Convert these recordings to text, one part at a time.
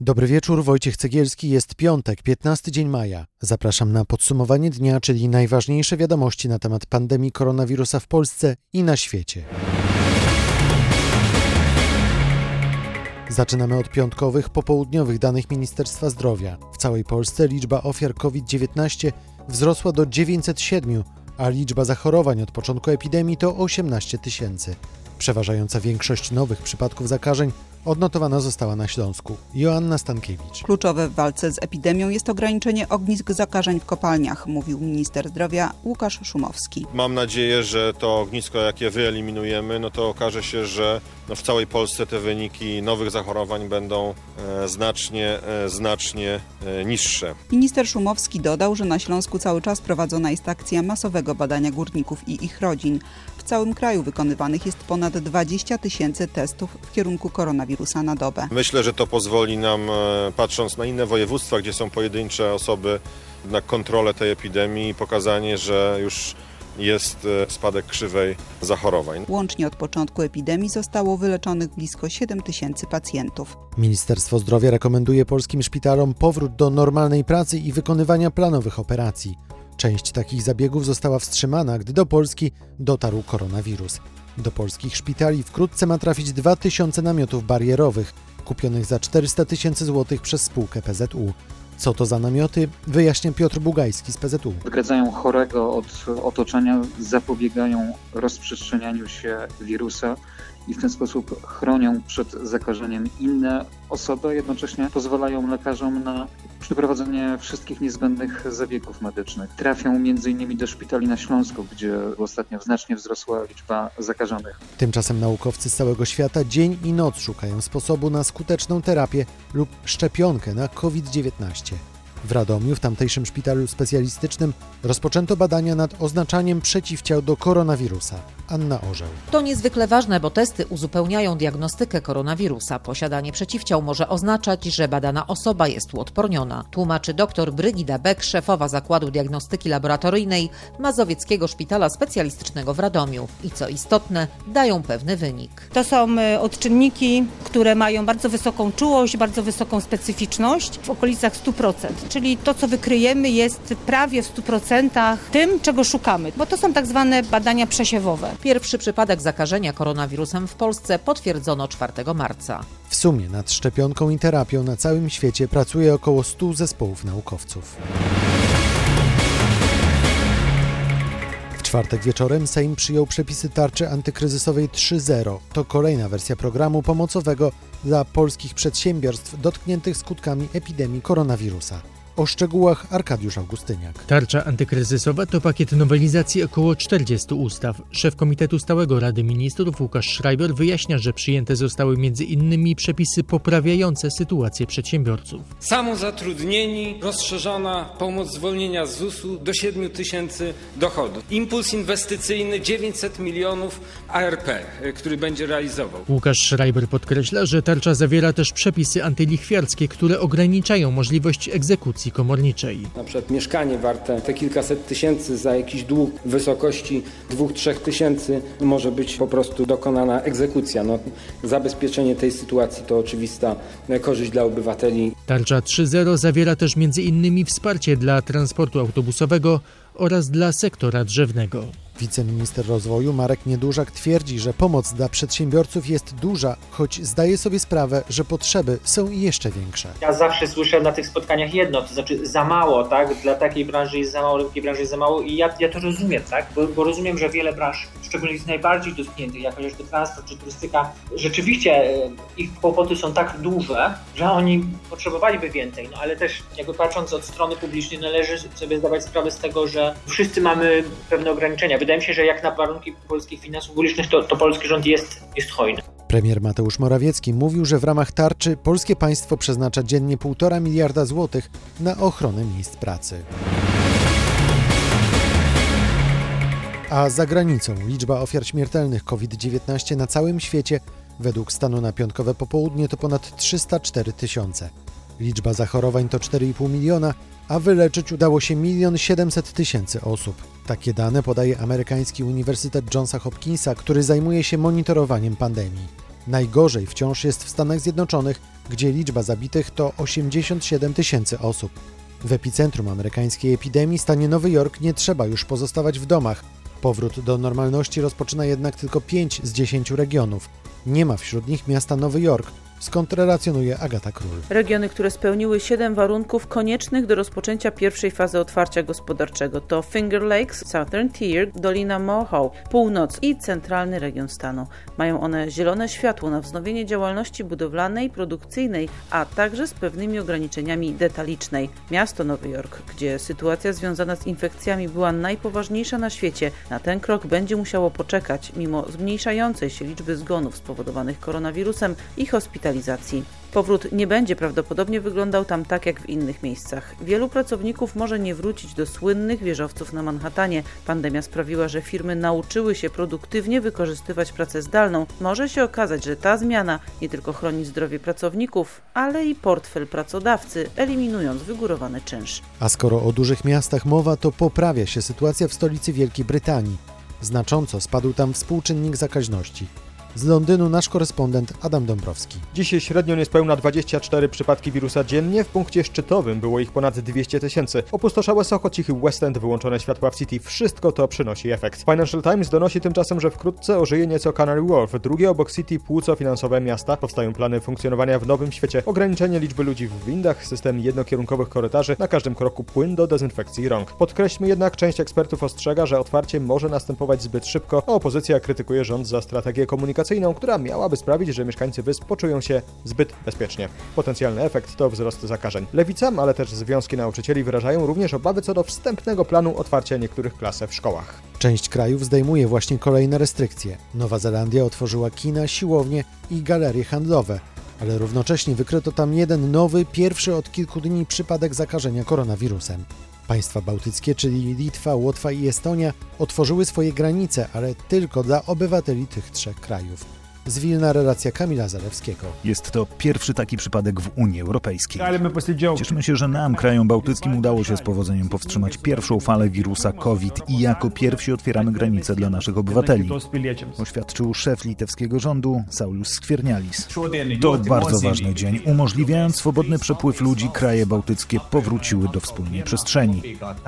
Dobry wieczór, Wojciech Cegielski, jest piątek, 15 dzień maja. Zapraszam na podsumowanie dnia, czyli najważniejsze wiadomości na temat pandemii koronawirusa w Polsce i na świecie. Zaczynamy od piątkowych, popołudniowych danych Ministerstwa Zdrowia. W całej Polsce liczba ofiar COVID-19 wzrosła do 907, a liczba zachorowań od początku epidemii to 18 000. Przeważająca większość nowych przypadków zakażeń odnotowana została na Śląsku. Joanna Stankiewicz. Kluczowe w walce z epidemią jest ograniczenie ognisk zakażeń w kopalniach, mówił minister zdrowia Łukasz Szumowski. Mam nadzieję, że to ognisko, jakie wyeliminujemy, to okaże się, że w całej Polsce te wyniki nowych zachorowań będą znacznie niższe. Minister Szumowski dodał, że na Śląsku cały czas prowadzona jest akcja masowego badania górników i ich rodzin. W całym kraju wykonywanych jest ponad 20 000 testów w kierunku koronawirusa na dobę. Myślę, że to pozwoli nam, patrząc na inne województwa, gdzie są pojedyncze osoby, na kontrolę tej epidemii i pokazanie, że już jest spadek krzywej zachorowań. Łącznie od początku epidemii zostało wyleczonych blisko 7 000 pacjentów. Ministerstwo Zdrowia rekomenduje polskim szpitalom powrót do normalnej pracy i wykonywania planowych operacji. Część takich zabiegów została wstrzymana, gdy do Polski dotarł koronawirus. Do polskich szpitali wkrótce ma trafić 2000 namiotów barierowych, kupionych za 400 000 złotych przez spółkę PZU. Co to za namioty? Wyjaśnia Piotr Bugajski z PZU. Odgradzają chorego od otoczenia, zapobiegają rozprzestrzenianiu się wirusa i w ten sposób chronią przed zakażeniem inne osoby, a jednocześnie pozwalają lekarzom na przeprowadzenie wszystkich niezbędnych zabiegów medycznych. Trafią m.in. do szpitali na Śląsku, gdzie ostatnio znacznie wzrosła liczba zakażonych. Tymczasem naukowcy z całego świata dzień i noc szukają sposobu na skuteczną terapię lub szczepionkę na COVID-19. W Radomiu, w tamtejszym szpitalu specjalistycznym, rozpoczęto badania nad oznaczaniem przeciwciał do koronawirusa. Anna Orzeł. To niezwykle ważne, bo testy uzupełniają diagnostykę koronawirusa. Posiadanie przeciwciał może oznaczać, że badana osoba jest uodporniona, tłumaczy dr Brygida Beck, szefowa Zakładu Diagnostyki Laboratoryjnej Mazowieckiego Szpitala Specjalistycznego w Radomiu. I co istotne, dają pewny wynik. To są odczynniki, które mają bardzo wysoką czułość, bardzo wysoką specyficzność, w okolicach 100%. Czyli to, co wykryjemy, jest prawie w 100% tym, czego szukamy, bo to są tak zwane badania przesiewowe. Pierwszy przypadek zakażenia koronawirusem w Polsce potwierdzono 4 marca. W sumie nad szczepionką i terapią na całym świecie pracuje około 100 zespołów naukowców. W czwartek wieczorem Sejm przyjął przepisy tarczy antykryzysowej 3.0. To kolejna wersja programu pomocowego dla polskich przedsiębiorstw dotkniętych skutkami epidemii koronawirusa. O szczegółach Arkadiusz Augustyniak. Tarcza antykryzysowa to pakiet nowelizacji około 40 ustaw. Szef Komitetu Stałego Rady Ministrów Łukasz Schreiber wyjaśnia, że przyjęte zostały m.in. przepisy poprawiające sytuację przedsiębiorców. Samozatrudnieni, rozszerzona pomoc zwolnienia z ZUS-u do 7 000 dochodów. Impuls inwestycyjny 900 milionów ARP, który będzie realizował. Łukasz Schreiber podkreśla, że tarcza zawiera też przepisy antylichwiarskie, które ograniczają możliwość egzekucji komorniczej. Na przykład mieszkanie warte te kilkaset tysięcy za jakiś dług w wysokości 2-3 tysięcy może być po prostu dokonana egzekucja. Zabezpieczenie tej sytuacji to oczywista korzyść dla obywateli. Tarcza 3.0 zawiera też m.in. wsparcie dla transportu autobusowego oraz dla sektora drzewnego. Wiceminister rozwoju Marek Niedużak twierdzi, że pomoc dla przedsiębiorców jest duża, choć zdaje sobie sprawę, że potrzeby są jeszcze większe. Ja zawsze słyszę na tych spotkaniach jedno, to znaczy za mało, tak? Dla takiej branży jest za mało, dla takiej branży jest za mało i ja to rozumiem, tak? Bo rozumiem, że wiele branż, szczególnie z najbardziej dotkniętych, jak chociażby transport czy turystyka, rzeczywiście ich kłopoty są tak duże, że oni potrzebowaliby więcej, ale też jakby patrząc od strony publicznej należy sobie zdawać sprawę z tego, że wszyscy mamy pewne ograniczenia. Wydaje mi się, że jak na warunki polskich finansów publicznych, to polski rząd jest hojny. Premier Mateusz Morawiecki mówił, że w ramach tarczy polskie państwo przeznacza dziennie 1,5 miliarda złotych na ochronę miejsc pracy. A za granicą liczba ofiar śmiertelnych COVID-19 na całym świecie według stanu na piątkowe popołudnie to ponad 304 000. Liczba zachorowań to 4,5 miliona, a wyleczyć udało się 1 700 000 osób. Takie dane podaje amerykański Uniwersytet Johnsa Hopkinsa, który zajmuje się monitorowaniem pandemii. Najgorzej wciąż jest w Stanach Zjednoczonych, gdzie liczba zabitych to 87 000 osób. W epicentrum amerykańskiej epidemii stanie Nowy Jork nie trzeba już pozostawać w domach. Powrót do normalności rozpoczyna jednak tylko 5 z 10 regionów. Nie ma wśród nich miasta Nowy Jork, skąd relacjonuje Agata Król. Regiony, które spełniły 7 warunków koniecznych do rozpoczęcia pierwszej fazy otwarcia gospodarczego to Finger Lakes, Southern Tier, Dolina Mohawk, Północ i centralny region stanu. Mają one zielone światło na wznowienie działalności budowlanej, produkcyjnej, a także z pewnymi ograniczeniami detalicznej. Miasto Nowy Jork, gdzie sytuacja związana z infekcjami była najpoważniejsza na świecie, na ten krok będzie musiało poczekać, mimo zmniejszającej się liczby zgonów spowodowanych koronawirusem i hospitalizacji. Powrót nie będzie prawdopodobnie wyglądał tam tak jak w innych miejscach. Wielu pracowników może nie wrócić do słynnych wieżowców na Manhattanie. Pandemia sprawiła, że firmy nauczyły się produktywnie wykorzystywać pracę zdalną. Może się okazać, że ta zmiana nie tylko chroni zdrowie pracowników, ale i portfel pracodawcy, eliminując wygórowany czynsz. A skoro o dużych miastach mowa, to poprawia się sytuacja w stolicy Wielkiej Brytanii. Znacząco spadł tam współczynnik zakaźności. Z Londynu nasz korespondent Adam Dąbrowski. Dzisiaj średnio niespełna 24 przypadki wirusa dziennie, w punkcie szczytowym było ich ponad 200 000. Opustoszałe Soho, cichy West End, wyłączone światła w City, wszystko to przynosi efekt. Financial Times donosi tymczasem, że wkrótce ożyje nieco Canary Wharf, drugie obok City płuco finansowe miasta. Powstają plany funkcjonowania w nowym świecie, ograniczenie liczby ludzi w windach, system jednokierunkowych korytarzy, na każdym kroku płyn do dezynfekcji rąk. Podkreślmy jednak, część ekspertów ostrzega, że otwarcie może następować zbyt szybko, a opozycja krytykuje rząd za strategię komunikacyjną, która miałaby sprawić, że mieszkańcy wysp poczują się zbyt bezpiecznie. Potencjalny efekt to wzrost zakażeń. Lewica, ale też związki nauczycieli wyrażają również obawy co do wstępnego planu otwarcia niektórych klas w szkołach. Część krajów zdejmuje właśnie kolejne restrykcje. Nowa Zelandia otworzyła kina, siłownie i galerie handlowe, ale równocześnie wykryto tam jeden nowy, pierwszy od kilku dni przypadek zakażenia koronawirusem. Państwa bałtyckie, czyli Litwa, Łotwa i Estonia, otworzyły swoje granice, ale tylko dla obywateli tych trzech krajów. Z Wilna relacja Kamila Zalewskiego. Jest to pierwszy taki przypadek w Unii Europejskiej. Cieszymy się, że nam, krajom bałtyckim, udało się z powodzeniem powstrzymać pierwszą falę wirusa COVID i jako pierwsi otwieramy granice dla naszych obywateli, oświadczył szef litewskiego rządu Saulius Skviernelis. To bardzo ważny dzień. Umożliwiając swobodny przepływ ludzi, kraje bałtyckie powróciły do wspólnej przestrzeni,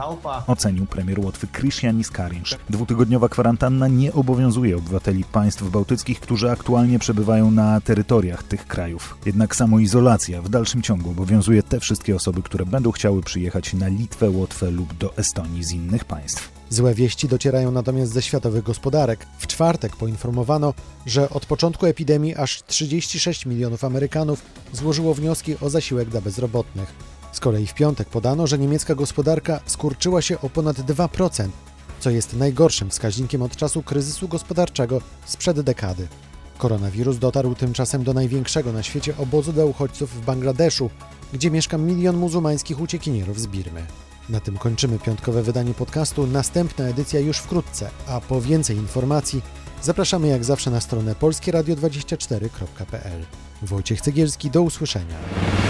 ocenił premier Łotwy Krišjānis Kariņš. Dwutygodniowa kwarantanna nie obowiązuje obywateli państw bałtyckich, którzy aktualnie przebywają na terytoriach tych krajów. Jednak samoizolacja w dalszym ciągu obowiązuje te wszystkie osoby, które będą chciały przyjechać na Litwę, Łotwę lub do Estonii z innych państw. Złe wieści docierają natomiast ze światowych gospodarek. W czwartek poinformowano, że od początku epidemii aż 36 milionów Amerykanów złożyło wnioski o zasiłek dla bezrobotnych. Z kolei w piątek podano, że niemiecka gospodarka skurczyła się o ponad 2%, co jest najgorszym wskaźnikiem od czasu kryzysu gospodarczego sprzed dekady. Koronawirus dotarł tymczasem do największego na świecie obozu dla uchodźców w Bangladeszu, gdzie mieszka 1 milion muzułmańskich uciekinierów z Birmy. Na tym kończymy piątkowe wydanie podcastu. Następna edycja już wkrótce, a po więcej informacji zapraszamy jak zawsze na stronę polskieradio24.pl. Wojciech Cegielski, do usłyszenia.